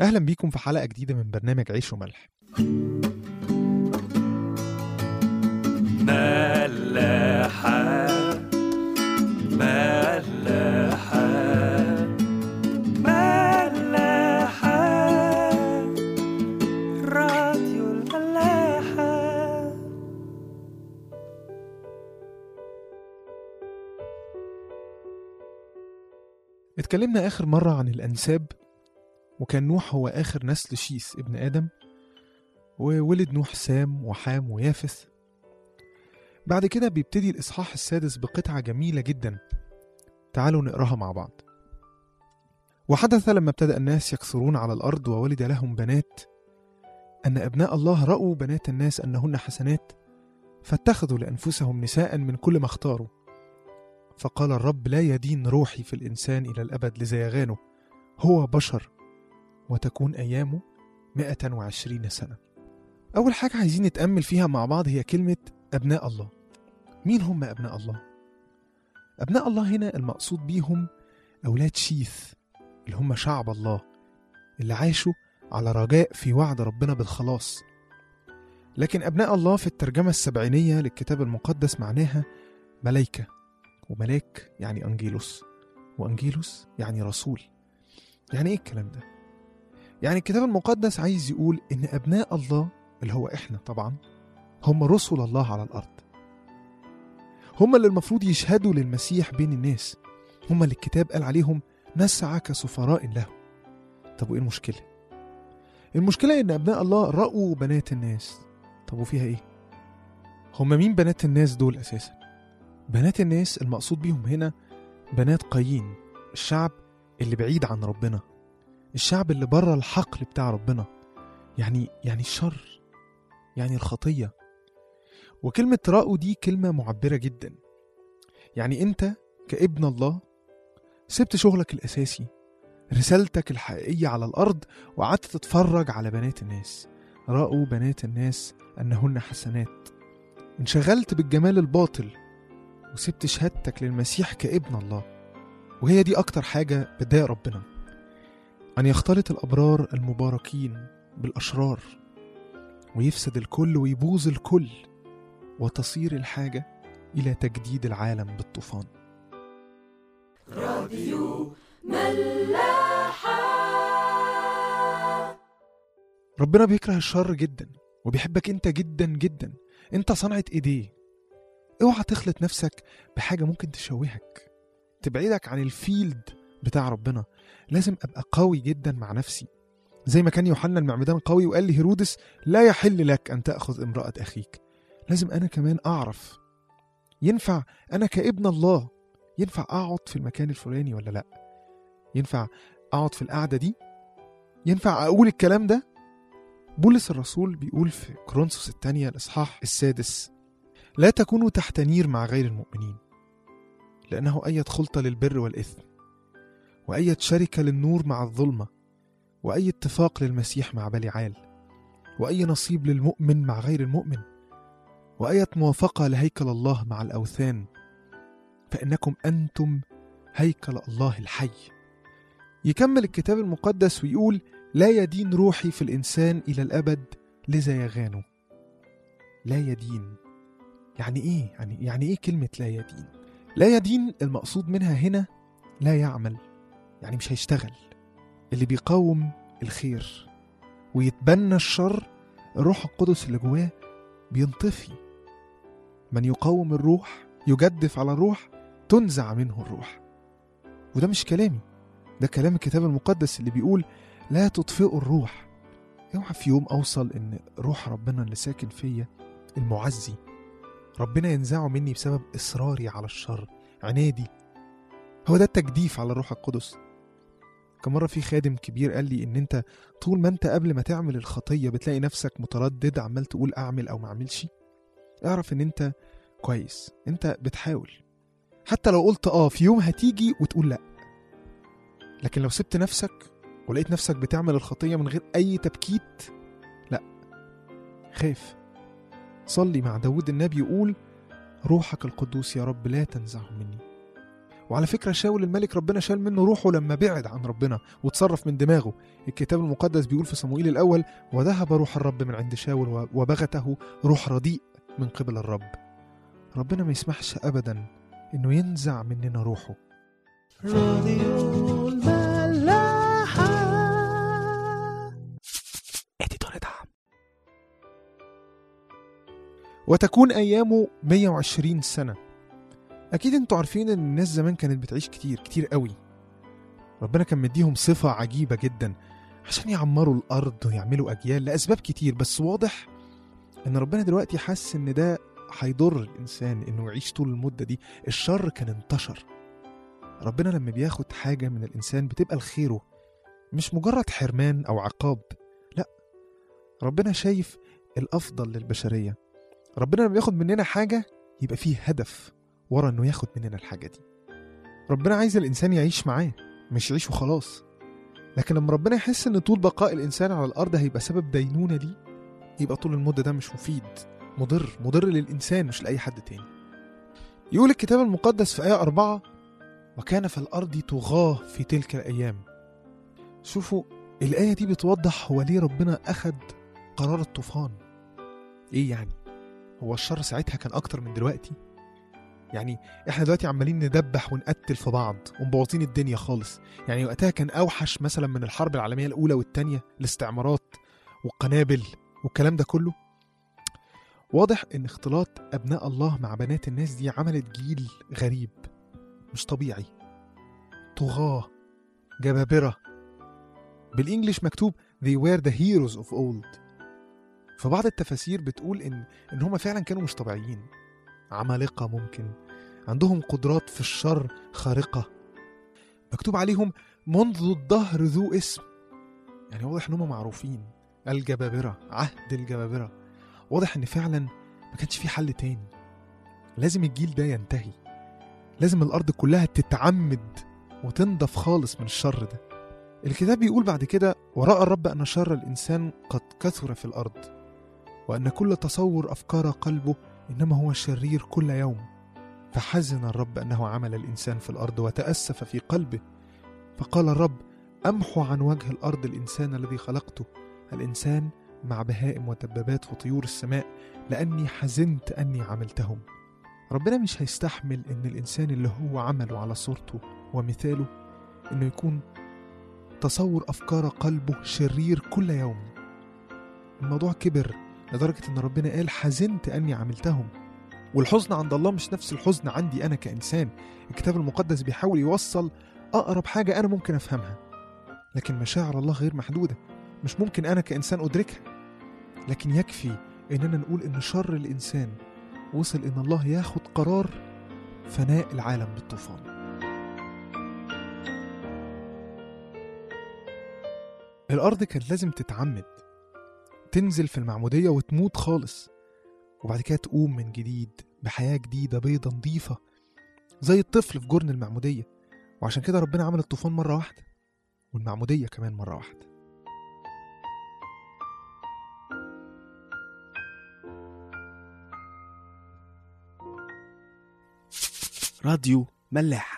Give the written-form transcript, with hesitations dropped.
أهلا بيكم في حلقة جديدة من برنامج عيش وملح. ملاحة ملاحة ملاحة راديو الملاحة. اتكلمنا آخر مرة عن الأنساب، وكان نوح هو آخر نسل شيث ابن آدم، وولد نوح سام وحام ويافث. بعد كده بيبتدي الإصحاح السادس بقطعة جميلة جدا، تعالوا نقراها مع بعض. وحدث لما ابتدأ الناس يكثرون على الأرض وولد لهم بنات أن أبناء الله رأوا بنات الناس أنهن حسنات، فاتخذوا لأنفسهم نساء من كل ما اختاروا. فقال الرب: لا يدين روحي في الإنسان إلى الأبد لزيغانه، هو بشر وتكون أيامه 120 سنة. أول حاجة عايزين نتأمل فيها مع بعض هي كلمة أبناء الله. مين هم أبناء الله؟ أبناء الله هنا المقصود بيهم أولاد شيث، اللي هم شعب الله اللي عاشوا على رجاء في وعد ربنا بالخلاص. لكن أبناء الله في الترجمة السبعينية للكتاب المقدس معناها ملايكة، وملاك يعني أنجيلوس، وأنجيلوس يعني رسول. يعني إيه الكلام ده؟ يعني الكتاب المقدس عايز يقول إن أبناء الله اللي هو إحنا طبعا هم رسل الله على الأرض، هم اللي المفروض يشهدوا للمسيح بين الناس، هم اللي الكتاب قال عليهم نسعى كسفراء له. طب وإيه المشكلة؟ المشكلة إن أبناء الله رأوا بنات الناس. طب وفيها إيه؟ هم مين بنات الناس دول أساسا؟ بنات الناس المقصود بيهم هنا بنات قايين، الشعب اللي بعيد عن ربنا، الشعب اللي بره الحقل بتاع ربنا، يعني الشر، يعني الخطية. وكلمة رأوا دي كلمة معبرة جدا. يعني أنت كابن الله سبت شغلك الأساسي، رسالتك الحقيقية على الأرض، وقعدت تتفرج على بنات الناس. رأوا بنات الناس أنهن حسنات. انشغلت بالجمال الباطل وسبت شهادتك للمسيح كابن الله. وهي دي أكتر حاجة بداية ربنا، أن يختلط الأبرار المباركين بالأشرار، ويفسد الكل ويبوظ الكل، وتصير الحاجة إلى تجديد العالم بالطوفان. راديو ملاحة. ربنا بيكره الشر جدا، وبيحبك انت جدا جدا. انت صنعة ايديه. اوعى تخلط نفسك بحاجة ممكن تشوهك، تبعدك عن الفيلد بتاع ربنا. لازم ابقى قوي جدا مع نفسي، زي ما كان يوحنا المعمدان قوي وقال لهيرودس: لا يحل لك ان تأخذ امرأة اخيك. لازم انا كمان اعرف ينفع انا كابن الله ينفع اقعد في المكان الفلاني ولا لا، ينفع اقعد في القعدة دي، ينفع اقول الكلام ده. بولس الرسول بيقول في كورنثوس الثانية الإصحاح السادس: لا تكونوا تحت نير مع غير المؤمنين، لأنه أي خلطة للبر والإثم، وأي شركة للنور مع الظلمة، وأي اتفاق للمسيح مع بليعال، وأي نصيب للمؤمن مع غير المؤمن، وأي موافقة لهيكل الله مع الأوثان، فإنكم أنتم هيكل الله الحي. يكمل الكتاب المقدس ويقول: لا يدين روحي في الإنسان إلى الأبد لزيغانه. لا يدين يعني إيه؟ يعني إيه كلمة لا يدين؟ لا يدين المقصود منها هنا لا يعمل، يعني مش هيشتغل. اللي بيقاوم الخير ويتبنى الشر، الروح القدس اللي جواه بينطفي. من يقاوم الروح يجدف على الروح تنزع منه الروح. وده مش كلامي، ده كلام الكتاب المقدس اللي بيقول: لا تطفئوا الروح. اوعى في يوم اوصل ان روح ربنا اللي ساكن فيا المعزي ربنا ينزعه مني بسبب اصراري على الشر، عنادي. هو ده التجديف على الروح القدس. كم مرة في خادم كبير قال لي ان انت طول ما انت قبل ما تعمل الخطية بتلاقي نفسك متردد، عمال تقول اعمل او ما اعملش، اعرف ان انت كويس، انت بتحاول. حتى لو قلت في يوم هتيجي وتقول لا. لكن لو سبت نفسك ولقيت نفسك بتعمل الخطية من غير أي تبكيت، لا، خاف. صلي مع داود النبي يقول: روحك القدوس يا رب لا تنزعه مني. وعلى فكرة شاول الملك ربنا شال منه روحه لما بعد عن ربنا وتصرف من دماغه. الكتاب المقدس بيقول في صموئيل الأول: وذهب روح الرب من عند شاول وبغته روح رديء من قبل الرب. ربنا ما يسمحش أبدا إنه ينزع مننا روحه. راديو الملاحة. اديتور دعم. وتكون أيامه 120 سنة. أكيد انتوا عارفين إن الناس زمان كانت بتعيش كتير قوي. ربنا كان مديهم صفة عجيبة جدا عشان يعمروا الأرض ويعملوا أجيال لأسباب كتير، بس واضح إن ربنا دلوقتي حس إن ده هيضر الإنسان إنه يعيش طول المدة دي. الشر كان انتشر. ربنا لما بياخد حاجة من الإنسان بتبقى لخيره، مش مجرد حرمان أو عقاب. لا، ربنا شايف الأفضل للبشرية. ربنا لما بياخد مننا حاجة يبقى فيه هدف ورا إنه ياخد مننا الحاجة دي. ربنا عايز الإنسان يعيش معاه، مش يعيش وخلاص. لكن لما ربنا يحس إن طول بقاء الإنسان على الأرض هيبقى سبب دينونة ليه، يبقى طول المدة ده مش مفيد، مضر للإنسان مش لأي حد تاني. يقول الكتاب المقدس في آية 4: وكان في الأرض طغاة في تلك الأيام. شوفوا الآية دي بتوضح هو ليه ربنا أخد قرار الطوفان. إيه يعني؟ هو الشر ساعتها كان أكتر من دلوقتي؟ يعني إحنا دلوقتي عمالين ندبح ونقتل في بعض ومبوظين الدنيا خالص. يعني وقتها كان أوحش مثلا من الحرب العالمية الأولى والتانية، الاستعمارات والقنابل والكلام ده كله. واضح إن اختلاط أبناء الله مع بنات الناس دي عملت جيل غريب مش طبيعي. طغاة، جبابرة. بالإنجليش مكتوب they were the heroes of old. فبعض التفاسير بتقول إن هم فعلا كانوا مش طبيعيين، عمالقة، ممكن عندهم قدرات في الشر خارقة. مكتوب عليهم منذ الدهر ذو اسم. يعني واضح إن هم معروفين، الجبابرة، عهد الجبابرة. واضح إن فعلا ما كانش في حل تاني. لازم الجيل ده ينتهي، لازم الأرض كلها تتعمد وتنضف خالص من الشر ده. الكتاب بيقول بعد كده: ورأى الرب أن شر الإنسان قد كثر في الأرض، وأن كل تصور أفكار قلبه إنما هو شرير كل يوم. فحزن الرب أنه عمل الإنسان في الأرض وتأسف في قلبه. فقال الرب: أمحو عن وجه الأرض الإنسان الذي خلقته، الإنسان مع بهائم ودبابات وطيور السماء، لأني حزنت أني عملتهم. ربنا مش هيستحمل إن الإنسان اللي هو عمله على صورته ومثاله إنه يكون تصور أفكار قلبه شرير كل يوم. الموضوع كبر لدرجة إن ربنا قال: حزنت أني عملتهم. والحزن عند الله مش نفس الحزن عندي أنا كإنسان. الكتاب المقدس بيحاول يوصل أقرب حاجة أنا ممكن أفهمها، لكن مشاعر الله غير محدودة، مش ممكن أنا كإنسان أدركها. لكن يكفي إننا نقول إن شر الإنسان وصل إن الله ياخد قرار فناء العالم بالطوفان. الأرض كانت لازم تتعمد، تنزل في المعمودية وتموت خالص، وبعد كده تقوم من جديد بحياة جديدة بيضة نظيفة زي الطفل في جرن المعمودية. وعشان كده ربنا عمل الطوفان مرة واحدة والمعمودية كمان مرة واحدة. راديو ملاح.